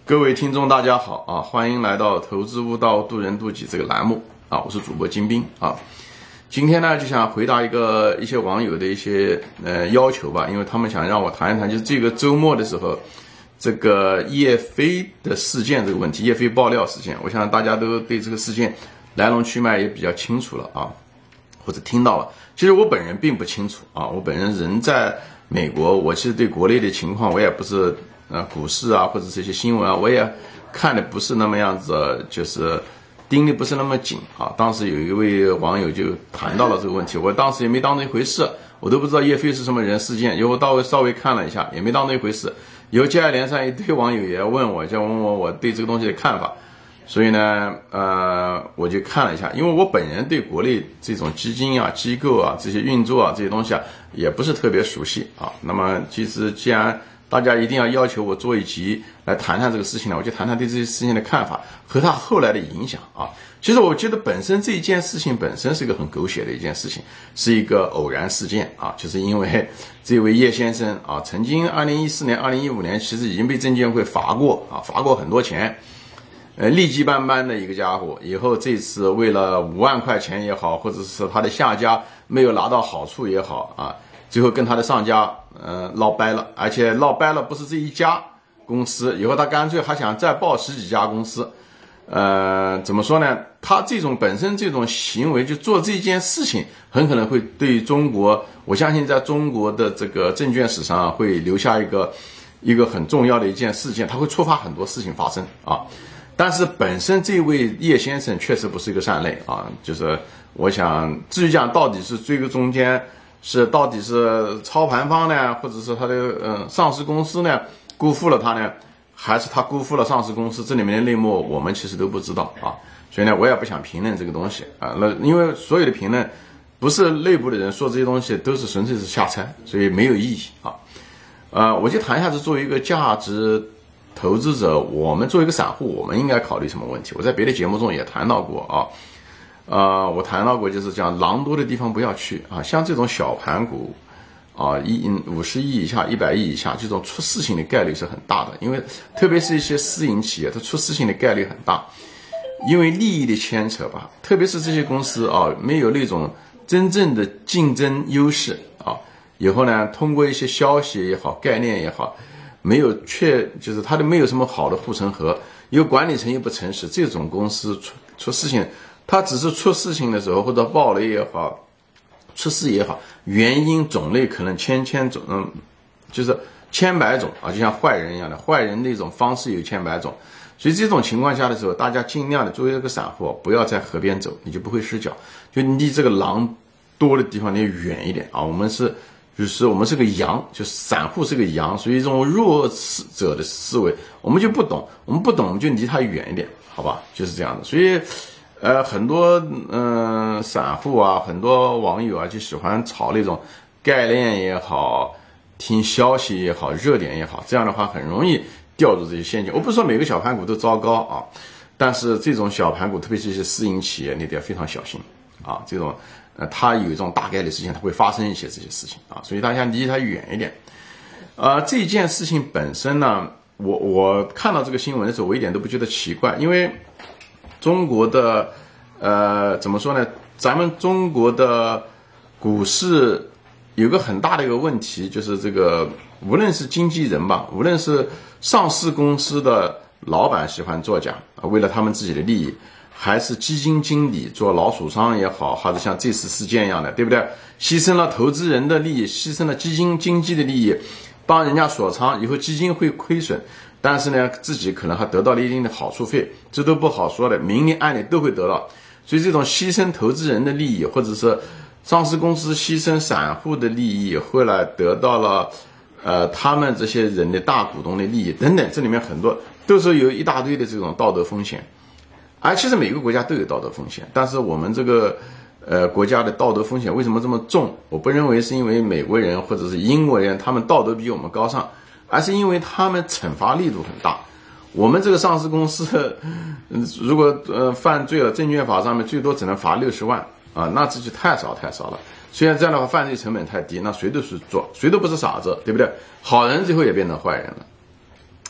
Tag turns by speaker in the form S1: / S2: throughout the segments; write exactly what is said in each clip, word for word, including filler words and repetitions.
S1: 各位听众大家好啊，欢迎来到投资悟道渡人渡己这个栏目啊，我是主播金兵啊。今天呢就想回答一个一些网友的一些呃要求吧，因为他们想让我谈一谈，就是这个周末的时候，这个叶飞的事件这个问题，叶飞爆料事件，我想大家都对这个事件来龙去脉也比较清楚了啊，或者听到了。其实我本人并不清楚啊，我本人人在美国，我其实对国内的情况我也不是。呃，股市啊，或者这些新闻啊，我也看的不是那么样子，就是盯的不是那么紧啊。当时有一位网友就谈到了这个问题，我当时也没当那一回事，我都不知道叶飞是什么人事件，以后到稍微看了一下，也没当那一回事。以后接二连三一堆网友也要问我，就问我我对这个东西的看法，所以呢，呃，我就看了一下，因为我本人对国内这种基金啊、机构啊这些运作啊这些东西啊，也不是特别熟悉啊。那么其实既然大家一定要要求我做一集来谈谈这个事情呢，我就谈谈对这些事情的看法和它后来的影响啊。其实我觉得本身这一件事情本身是一个很狗血的一件事情，是一个偶然事件啊，就是因为这位叶先生啊，曾经二零一四年、二零一五年其实已经被证监会罚过啊，罚过很多钱，呃，利基斑斑的一个家伙。以后这次为了五万块钱也好，或者是他的下家没有拿到好处也好啊。最后跟他的上家呃闹掰了，而且闹掰了不是这一家公司，以后他干脆还想再报十几家公司。呃怎么说呢，他这种本身这种行为就做这件事情，很可能会对中国，我相信在中国的这个证券史上会留下一个一个很重要的一件事件，它会触发很多事情发生啊。但是本身这位叶先生确实不是一个善类啊，就是我想至于讲到底是这个中间是到底是操盘方呢，或者是他的呃上市公司呢辜负了他呢，还是他辜负了上市公司？这里面的内幕我们其实都不知道啊，所以呢，我也不想评论这个东西啊。那因为所有的评论不是内部的人说这些东西都是纯粹是瞎猜，所以没有意义啊。呃，我就谈一下，是作为一个价值投资者，我们作为一个散户，我们应该考虑什么问题？我在别的节目中也谈到过啊。呃，我谈到过，就是讲狼多的地方不要去啊，像这种小盘股，啊，一五十亿以下、一百亿以下，这种出事情的概率是很大的，因为特别是一些私营企业，它出事情的概率很大，因为利益的牵扯吧，特别是这些公司啊，没有那种真正的竞争优势啊，以后呢，通过一些消息也好、概念也好，没有确，就是它都没有什么好的护城河，有管理层又不诚实，这种公司出出事情。他只是出事情的时候，或者暴雷也好，出事也好，原因种类可能千千种，嗯，就是千百种啊，就像坏人一样的，坏人那种方式有千百种。所以这种情况下的时候，大家尽量的作为一个散户，不要在河边走，你就不会失脚，就离这个狼多的地方你远一点啊。我们是，就是我们是个羊，就散户是个羊，所以这种弱势者的思维，我们就不懂，我们不懂，我们就离他远一点，好吧？就是这样的，所以。呃，很多嗯、呃、散户啊，很多网友啊，就喜欢炒那种概念也好，听消息也好，热点也好，这样的话很容易掉入这些陷阱。我不是说每个小盘股都糟糕啊，但是这种小盘股，特别是一些私营企业，你得要非常小心啊。这种呃，它有一种大概率事情，它会发生一些这些事情啊，所以大家离它远一点。呃，这件事情本身呢，我我看到这个新闻的时候，我一点都不觉得奇怪，因为。中国的，呃，怎么说呢？咱们中国的股市有个很大的一个问题，就是这个，无论是经纪人吧，无论是上市公司的老板喜欢作假，为了他们自己的利益，还是基金经理做老鼠仓也好，或者像这次事件一样的，对不对？牺牲了投资人的利益，牺牲了基金经济的利益，帮人家锁仓，以后基金会亏损。但是呢，自己可能还得到了一定的好处费，这都不好说的，明里暗里都会得到。所以这种牺牲投资人的利益，或者是上市公司牺牲散户的利益，后来得到了呃他们这些人的大股东的利益等等，这里面很多都是有一大堆的这种道德风险。而其实每个国家都有道德风险，但是我们这个呃国家的道德风险为什么这么重？我不认为是因为美国人或者是英国人他们道德比我们高尚。而是因为他们惩罚力度很大，我们这个上市公司，如果呃犯罪了，证券法上面最多只能罚六十万啊，那这就太少太少了。虽然这样的话犯罪成本太低，那谁都是做，谁都不是傻子，对不对？好人最后也变成坏人了。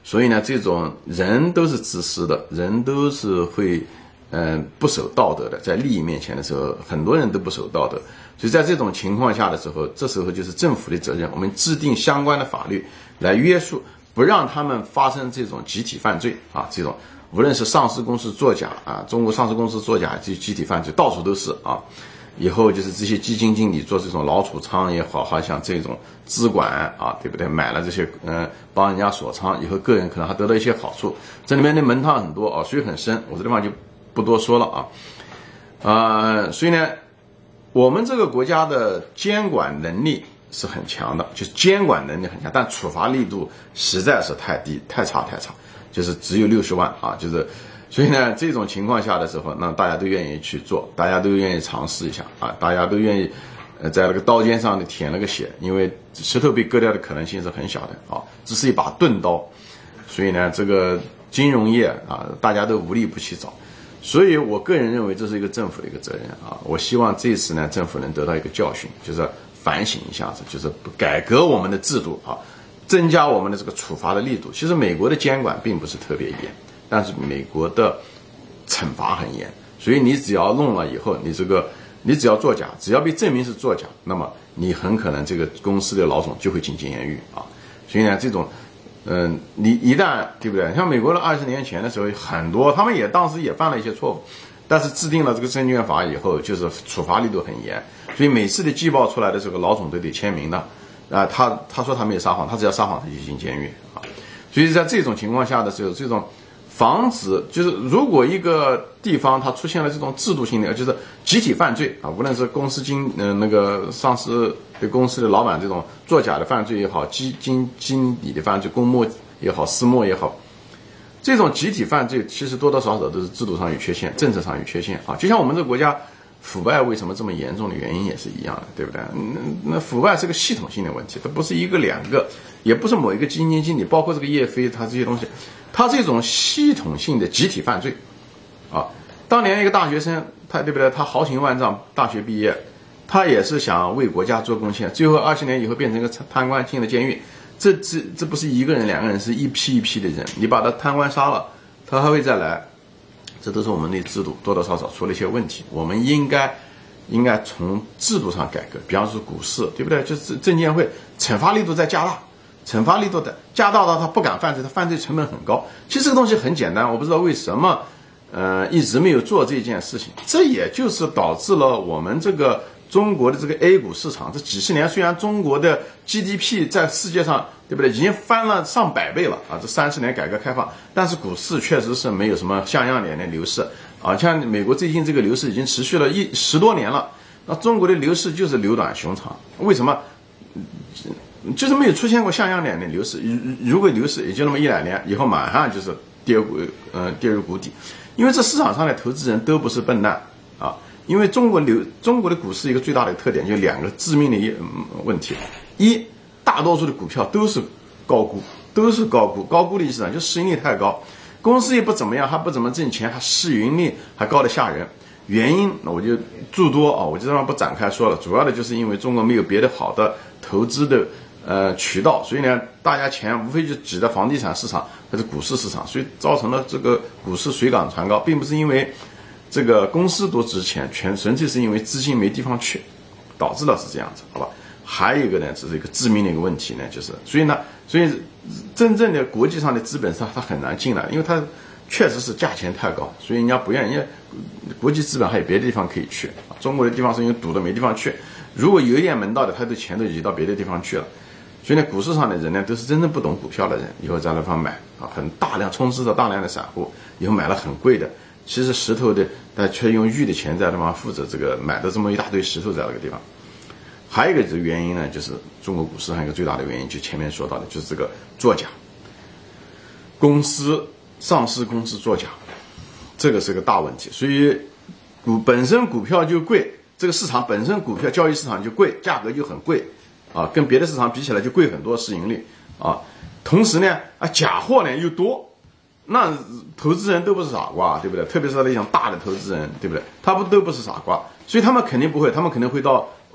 S1: 所以呢，这种人都是自私的，人都是会，嗯、呃，不守道德的。在利益面前的时候，很多人都不守道德。所以在这种情况下的时候，这时候就是政府的责任，我们制定相关的法律来约束，不让他们发生这种集体犯罪啊，这种无论是上市公司作假啊，中国上市公司作假就集体犯罪，到处都是啊。以后就是这些基金经理做这种老储仓也好，好像这种资管啊，对不对？买了这些，嗯、呃，帮人家锁仓，以后个人可能还得到一些好处。这里面的门道很多啊，水很深，我这地方就不多说了啊。呃，所以呢，我们这个国家的监管能力是很强的，就是监管能力很强，但处罚力度实在是太低、太差、太差，就是只有六十万啊，就是。所以呢，这种情况下的时候，那大家都愿意去做，大家都愿意尝试一下啊，大家都愿意，呃，在那个刀尖上舔了个血，因为石头被割掉的可能性是很小的啊，只是一把钝刀。所以呢，这个金融业啊，大家都无利不起早。所以我个人认为这是一个政府的一个责任啊。我希望这次呢，政府能得到一个教训，就是反省一下子，就是改革我们的制度啊，增加我们的这个处罚的力度。其实美国的监管并不是特别严。但是美国的惩罚很严，所以你只要弄了以后，你这个你只要作假，只要被证明是作假，那么你很可能这个公司的老总就会进监狱啊。所以呢，这种，嗯、呃，你一旦对不对？像美国的二十年前的时候，很多他们也当时也犯了一些错误，但是制定了这个证券法以后，就是处罚力度很严，所以每次的季报出来的这个老总都得签名的啊。他他说他没有撒谎，他只要撒谎他就进监狱啊。所以在这种情况下的时候，这种。防止就是如果一个地方它出现了这种制度性的，就是集体犯罪啊，无论是公司经呃那个上市的公司的老板这种作假的犯罪也好，基金经理的犯罪，公募也好，私募也好，这种集体犯罪其实多多少少都是制度上有缺陷，政策上有缺陷啊。就像我们这个国家腐败为什么这么严重的原因也是一样的，对不对？那那腐败是个系统性的问题，它不是一个两个，也不是某一个基金经理，包括这个叶飞他这些东西。他这种系统性的集体犯罪，啊，当年一个大学生，他对不对？他豪情万丈，大学毕业，他也是想为国家做贡献，最后二十年以后变成一个贪官进了监狱。这这这不是一个人、两个人，是一批一批的人。你把他贪官杀了，他还会再来。这都是我们的制度多多少少出了一些问题。我们应该应该从制度上改革，比方说股市，对不对？就是证监会惩罚力度在加大。惩罚力度的加大到他不敢犯罪，他犯罪成本很高。其实这个东西很简单，我不知道为什么，呃，一直没有做这件事情。这也就是导致了我们这个中国的这个 A 股市场，这几十年虽然中国的 G D P 在世界上，对不对，已经翻了上百倍了啊！这三十年改革开放，但是股市确实是没有什么像样点的流势啊。像美国最近这个牛市已经持续了一十多年了，那中国的牛市就是牛短熊长，为什么？就是没有出现过像样点的牛市，如果牛市也就那么一两年，以后马上就是跌入呃跌入谷底，因为这市场上的投资人都不是笨蛋啊。因为中国流中国的股市一个最大的特点就两个致命的一问题：一，大多数的股票都是高估，都是高估，高估的意思呢，就市盈率太高，公司也不怎么样，还不怎么挣钱，还市盈率还高得吓人。原因我就诸多啊，我就这样不展开说了。主要的就是因为中国没有别的好的投资的。呃，渠道，所以呢，大家钱无非就挤在房地产市场或者股市市场，所以造成了这个股市水涨船高，并不是因为这个公司多值钱，全纯粹是因为资金没地方去，导致了是这样子，好吧？还有一个呢，这是一个致命的一个问题呢，就是所以呢，所以真正的国际上的资本上它很难进来，因为它确实是价钱太高，所以人家不愿意，因为国际资本还有别的地方可以去，中国的地方是因为堵得没地方去，如果有一点门道的，他的钱都移到别的地方去了。所以呢，股市上的人呢，都是真正不懂股票的人，以后在那方买啊，很大量充斥着大量的散户，以后买了很贵的，其实石头的，但却用玉的钱在那方负责这个买的这么一大堆石头在那个地方。还有一个这个原因呢，就是中国股市上一个最大的原因，就前面说到的，就是这个作假，公司上市公司作假，这个是个大问题。所以股本身股票就贵，这个市场本身股票交易市场就贵，价格就很贵。啊，跟别的市场比起来就贵很多，市盈率啊，同时呢，啊假货呢又多，那投资人都不是傻瓜，对不对？特别是那种大的投资人，对不对？他不都不是傻瓜，所以他们肯定不会，他们肯定会到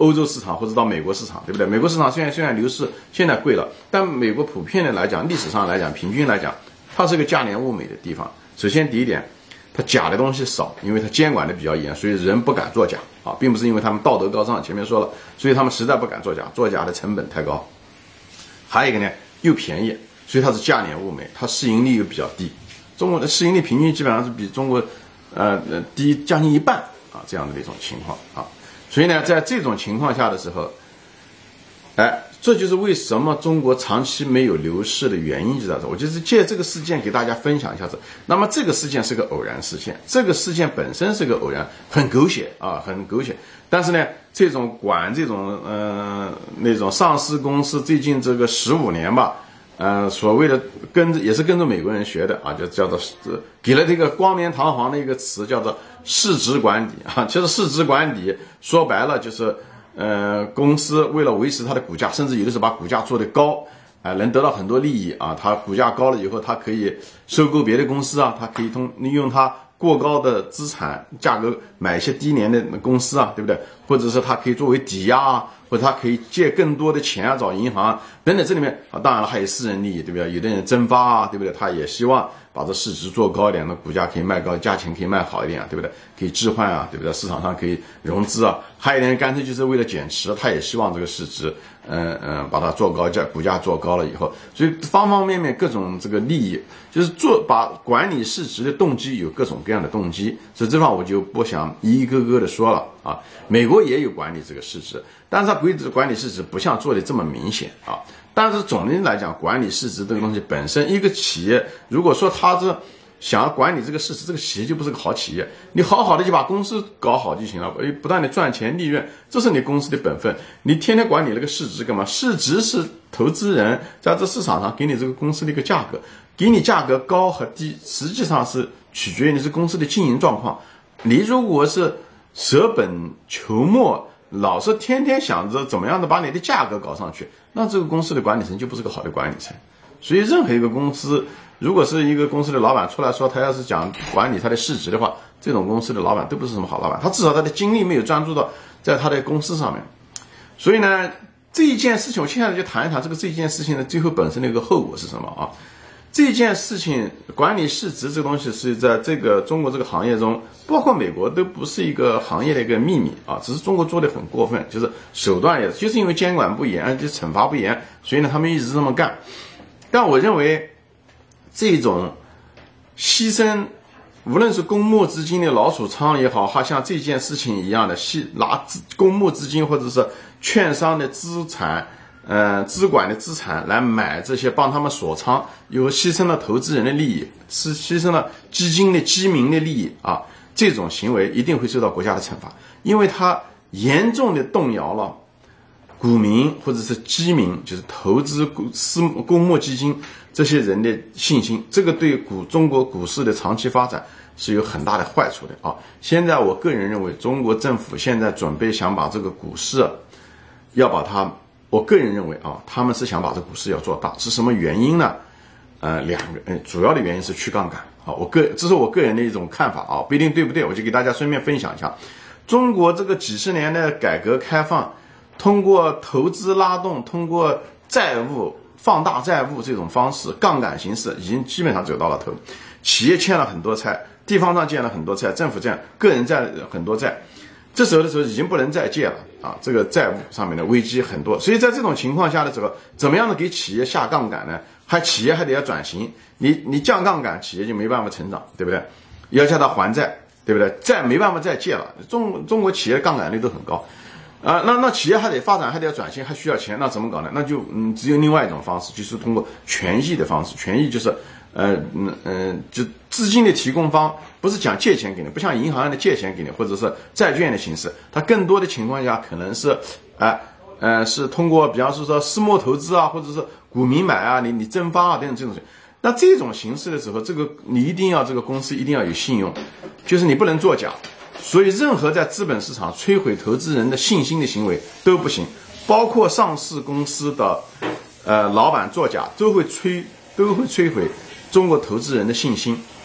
S1: 欧洲市场或者到美国市场，对不对？美国市场虽然虽然牛市现在贵了，但美国普遍的来讲，历史上来讲，平均来讲，它是个价廉物美的地方。首先第一点，它假的东西少，因为它监管的比较严，所以人不敢作假啊，并不是因为他们道德高尚，前面说了，所以他们实在不敢作假，作假的成本太高。还有一个呢，又便宜，所以它是价廉物美，它市盈率又比较低。中国的市盈率平均基本上是比中国呃呃低将近一半啊，这样的一种情况啊。所以呢，在这种情况下的时候，哎，这就是为什么中国长期没有牛市的原因就在这。我就是借这个事件给大家分享一下子。那么这个事件是个偶然事件，这个事件本身是个偶然，很狗血啊，很狗血。但是呢，这种管这种呃那种上市公司最近这个十五年吧，呃所谓的跟着也是跟着美国人学的啊，就叫做给了这个冠冕堂皇的一个词叫做市值管理啊。其实市值管理说白了就是。呃，公司为了维持它的股价，甚至有的时候把股价做得高，啊、呃，能得到很多利益啊。它股价高了以后，它可以收购别的公司啊，它可以通利用它过高的资产价格买一些低廉的公司啊，对不对？或者是它可以作为抵押啊，或者它可以借更多的钱啊，找银行啊等等。这里面啊，当然了，还有私人利益，对不对？有的人增发啊，对不对？他也希望把这市值做高一点，那股价可以卖高，价钱可以卖好一点啊，对不对？可以置换啊，对不对？市场上可以融资啊。还有的人干脆就是为了减持，他也希望这个市值，嗯嗯，把它做高，价股价做高了以后，所以方方面面各种这个利益，就是做把管理市值的动机有各种各样的动机，所以这方我就不想一一个个的说了啊。美国也有管理这个市值，但是它规则管理市值不像做的这么明显啊。但是总的来讲，管理市值这个东西本身，一个企业如果说它是想要管理这个市值，这个企业就不是个好企业。你好好的就把公司搞好就行了，不断的赚钱利润，这是你公司的本分。你天天管理那个市值干嘛？市值是投资人在这市场上给你这个公司的一个价格，给你价格高和低，实际上是取决于你这公司的经营状况。你如果是舍本求末，老是天天想着怎么样的把你的价格搞上去，那这个公司的管理层就不是个好的管理层。所以任何一个公司，如果是一个公司的老板出来说他要是讲管理他的市值的话，这种公司的老板都不是什么好老板，他至少他的精力没有专注到在他的公司上面。所以呢，这一件事情我现在就谈一谈这个这件事情的最后本身的一个后果是什么啊？这件事情管理市值这个东西是在这个中国这个行业中，包括美国都不是一个行业的一个秘密啊，只是中国做的很过分，就是手段也就是因为监管不严，就惩罚不严，所以呢他们一直这么干。但我认为这种牺牲，无论是公募资金的老鼠仓也好，还像这件事情一样的吸拿公募资金或者是券商的资产呃，资管的资产来买这些，帮他们锁仓，有牺牲了投资人的利益，是牺牲了基金的基民的利益啊！这种行为一定会受到国家的惩罚，因为它严重的动摇了股民或者是基民，就是投资私公募基金这些人的信心，这个对股中国股市的长期发展是有很大的坏处的啊！现在我个人认为，中国政府现在准备想把这个股市要把它。我个人认为啊，他们是想把这股市要做大，是什么原因呢？呃，两个，嗯，主要的原因是去杠杆啊。我个这是我个人的一种看法啊，不一定对不对，我就给大家顺便分享一下。中国这个几十年的改革开放，通过投资拉动，通过债务放大债务这种方式，杠杆形式已经基本上走到了头。企业欠了很多债，地方上欠了很多债，政府债，个人债很多债。这时候的时候已经不能再借了啊，这个债务上面的危机很多，所以在这种情况下的时候，怎么样的给企业下杠杆呢？还企业还得要转型，你你降杠杆，企业就没办法成长，对不对？要叫他还债，对不对？债没办法再借了，中中国企业的杠杆率都很高，啊，那那企业还得发展，还得要转型，还需要钱，那怎么搞呢？那就嗯，只有另外一种方式，就是通过权益的方式，权益就是呃嗯嗯，就资金的提供方。不是讲借钱给你，不像银行的借钱给你，或者是债券的形式，它更多的情况下可能是，啊、呃，呃，是通过，比方说说私募投资啊，或者是股民买啊，你你增发啊等等这种。那这种形式的时候，这个你一定要这个公司一定要有信用，就是你不能作假。所以任何在资本市场摧毁投资人的信心的行为都不行，包括上市公司的呃老板作假，都会摧都会摧毁中国投资人的信心。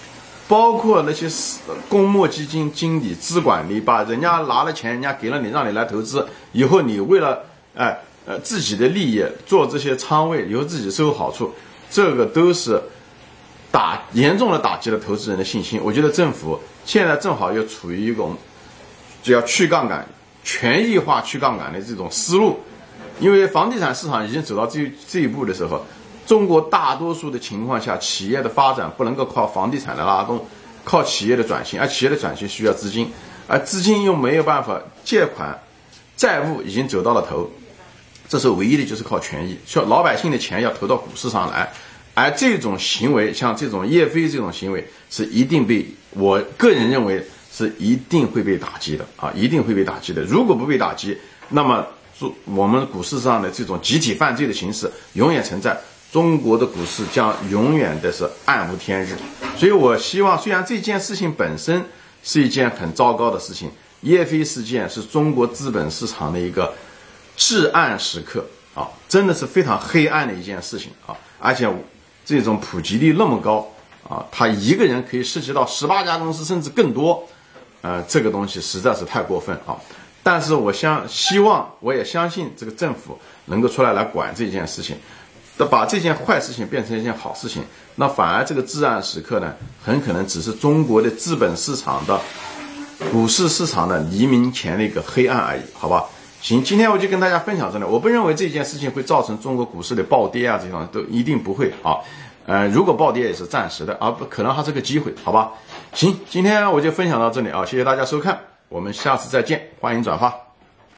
S1: 包括那些公募基金经理、资管，你把人家拿了钱，人家给了你，让你来投资，以后你为了哎呃自己的利益做这些仓位，以后自己收好处，这个都是打严重的打击了投资人的信心。我觉得政府现在正好又处于一种只要去杠杆、权益化去杠杆的这种思路，因为房地产市场已经走到这这一步的时候。中国大多数的情况下，企业的发展不能够靠房地产的拉动，靠企业的转型，而企业的转型需要资金，而资金又没有办法借款，债务已经走到了头，这时候唯一的就是靠权益，需要老百姓的钱要投到股市上来，而这种行为，像这种叶飞这种行为，是一定被我个人认为是一定会被打击的啊，一定会被打击的。如果不被打击，那么我们股市上的这种集体犯罪的形式永远存在。中国的股市将永远的是暗无天日，所以我希望，虽然这件事情本身是一件很糟糕的事情，叶飞事件是中国资本市场的一个至暗时刻啊，真的是非常黑暗的一件事情啊，而且这种普及率那么高啊，他一个人可以涉及到十八家公司甚至更多，呃，这个东西实在是太过分啊。但是我相希望，我也相信这个政府能够出来来管这件事情。把这件坏事情变成一件好事情，那反而这个至暗时刻呢，很可能只是中国的资本市场的股市市场的黎明前的一个黑暗而已，好吧？行，今天我就跟大家分享这里，我不认为这件事情会造成中国股市的暴跌啊，这种都一定不会啊。呃，如果暴跌也是暂时的，而不可能还是个机会，好吧？行，今天我就分享到这里啊，谢谢大家收看，我们下次再见，欢迎转发。